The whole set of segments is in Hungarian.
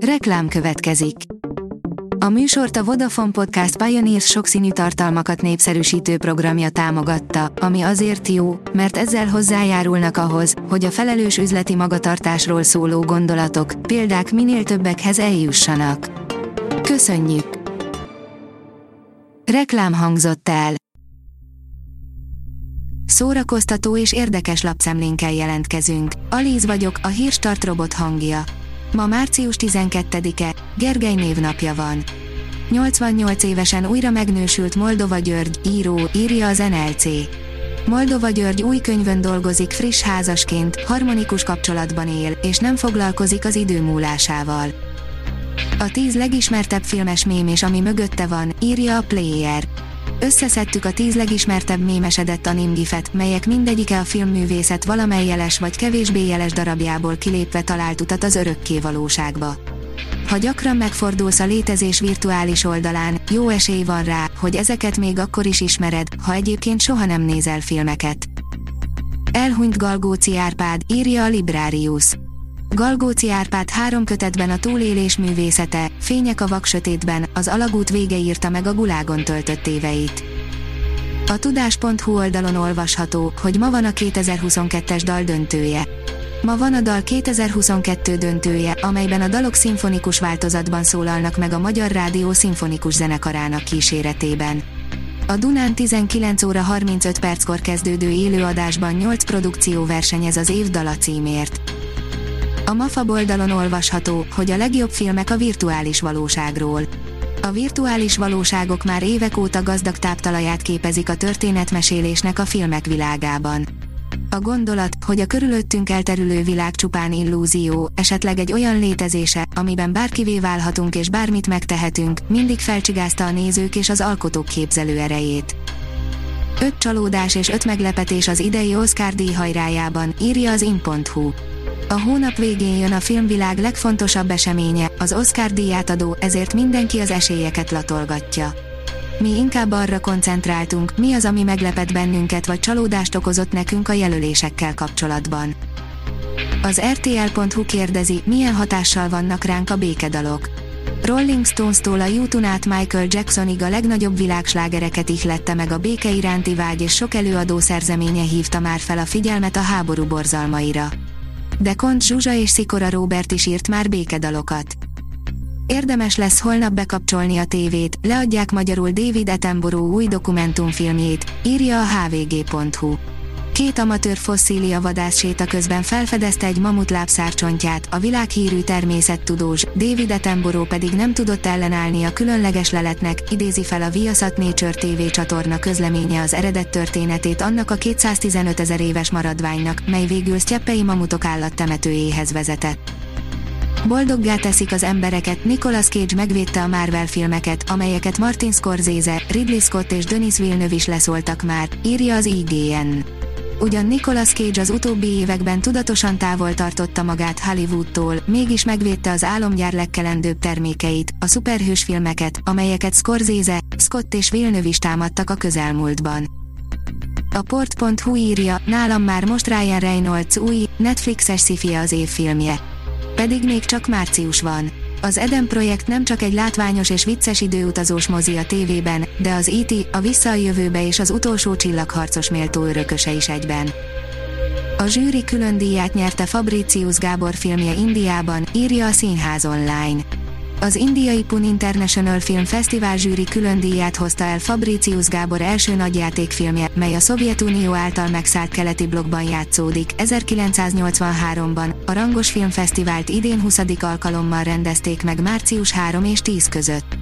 Reklám következik. A műsort a Vodafone Podcast Pioneers sokszínű tartalmakat népszerűsítő programja támogatta, ami azért jó, mert ezzel hozzájárulnak ahhoz, hogy a felelős üzleti magatartásról szóló gondolatok, példák minél többekhez eljussanak. Köszönjük! Reklám hangzott el. Szórakoztató és érdekes lapszemlénkkel jelentkezünk. Alíz vagyok, a Hírstart robot hangja. Ma március 12-e, Gergely névnapja van. 88 évesen újra megnősült Moldova György, író, írja az NLC. Moldova György új könyvön dolgozik friss házasként, harmonikus kapcsolatban él, és nem foglalkozik az idő múlásával. A 10 legismertebb filmes mém és ami mögötte van, írja a Player. Összeszedtük a 10 legismertebb mémesedett animgifet, melyek mindegyike a filmművészet valamely jeles vagy kevésbé jeles darabjából kilépve talált utat az örökké valóságba. Ha gyakran megfordulsz a létezés virtuális oldalán, jó esély van rá, hogy ezeket még akkor is ismered, ha egyébként soha nem nézel filmeket. Elhunyt Galgóci Árpád, írja a Librarius. Galgóci Árpád 3 kötetben a túlélés művészete, Fények a vaksötétben, az alagút vége írta meg a gulágon töltött éveit. A tudás.hu oldalon olvasható, hogy ma van a 2022-es dal döntője. Ma van a dal 2022 döntője, amelyben a dalok szimfonikus változatban szólalnak meg a Magyar Rádió szimfonikus zenekarának kíséretében. A Dunán 19 óra 35 perckor kezdődő élőadásban 8 produkció versenyez az év dala címért. A MAFA oldalon olvasható, hogy a legjobb filmek a virtuális valóságról. A virtuális valóságok már évek óta gazdag táptalaját képezik a történetmesélésnek a filmek világában. A gondolat, hogy a körülöttünk elterülő világ csupán illúzió, esetleg egy olyan létezése, amiben bárkivé válhatunk és bármit megtehetünk, mindig felcsigázta a nézők és az alkotók képzelő erejét. 5 csalódás és 5 meglepetés az idei Oscar-díj hajrájában, írja az in.hu. A hónap végén jön a filmvilág legfontosabb eseménye, az Oscar-díj átadó, ezért mindenki az esélyeket latolgatja. Mi inkább arra koncentráltunk, mi az, ami meglepett bennünket vagy csalódást okozott nekünk a jelölésekkel kapcsolatban. Az RTL.hu kérdezi, milyen hatással vannak ránk a békedalok. Rolling Stones-tól a U2-n át Michael Jacksonig a legnagyobb világslágereket ihlette meg a béke iránti vágy, és sok előadó szerzeménye hívta már fel a figyelmet a háború borzalmaira. De Kont Zsuzsa és Szikora Róbert is írt már békedalokat. Érdemes lesz holnap bekapcsolni a tévét, leadják magyarul David Attenborough új dokumentumfilmjét, írja a hvg.hu. 2 amatőr fosszília vadász séta közben felfedezte egy mamut lábszárcsontját, a világhírű természettudós, David Attenborough pedig nem tudott ellenállni a különleges leletnek, idézi fel a Viaszat Nature TV csatorna közleménye az eredet történetét annak a 215 000 éves maradványnak, mely végül sztyeppei mamutok állattemetőjéhez vezetett. Boldoggá teszik az embereket, Nicolas Cage megvédte a Marvel filmeket, amelyeket Martin Scorsese, Ridley Scott és Denis Villeneuve is leszóltak már, írja az IGN. Ugyan Nicolas Cage az utóbbi években tudatosan távol tartotta magát Hollywoodtól, mégis megvédte az álomgyár legkelendőbb termékeit, a szuperhős filmeket, amelyeket Scorsese, Scott és Villeneuve is támadtak a közelmúltban. A port.hu írja, nálam már most Ryan Reynolds új, Netflixes sci-fi az év filmje. Pedig még csak március van. Az Eden projekt nem csak egy látványos és vicces időutazós mozi a tévében, de az E.T., a Vissza a jövőbe és az utolsó csillagharcos méltó örököse is egyben. A zsűri külön díját nyerte Fabricius Gábor filmje Indiában, írja a Színház online. Az indiai Pune International Film Festival zsűri külön díját hozta el Fabricius Gábor első nagyjátékfilmje, mely a Szovjetunió által megszállt keleti blokkban játszódik. 1983-ban, a Rangos Filmfesztivált idén 20. alkalommal rendezték meg március 3 és 10 között.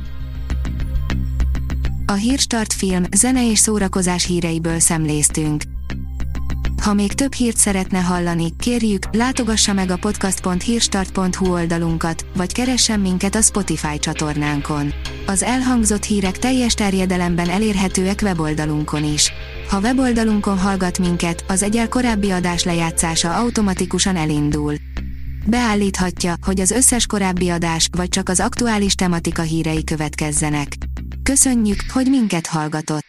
A Hírstart film, zene és szórakozás híreiből szemléztünk. Ha még több hírt szeretne hallani, kérjük, látogassa meg a podcast.hírstart.hu oldalunkat, vagy keressen minket a Spotify csatornánkon. Az elhangzott hírek teljes terjedelemben elérhetőek weboldalunkon is. Ha weboldalunkon hallgat minket, az egyel korábbi adás lejátszása automatikusan elindul. Beállíthatja, hogy az összes korábbi adás, vagy csak az aktuális tematika hírei következzenek. Köszönjük, hogy minket hallgatott!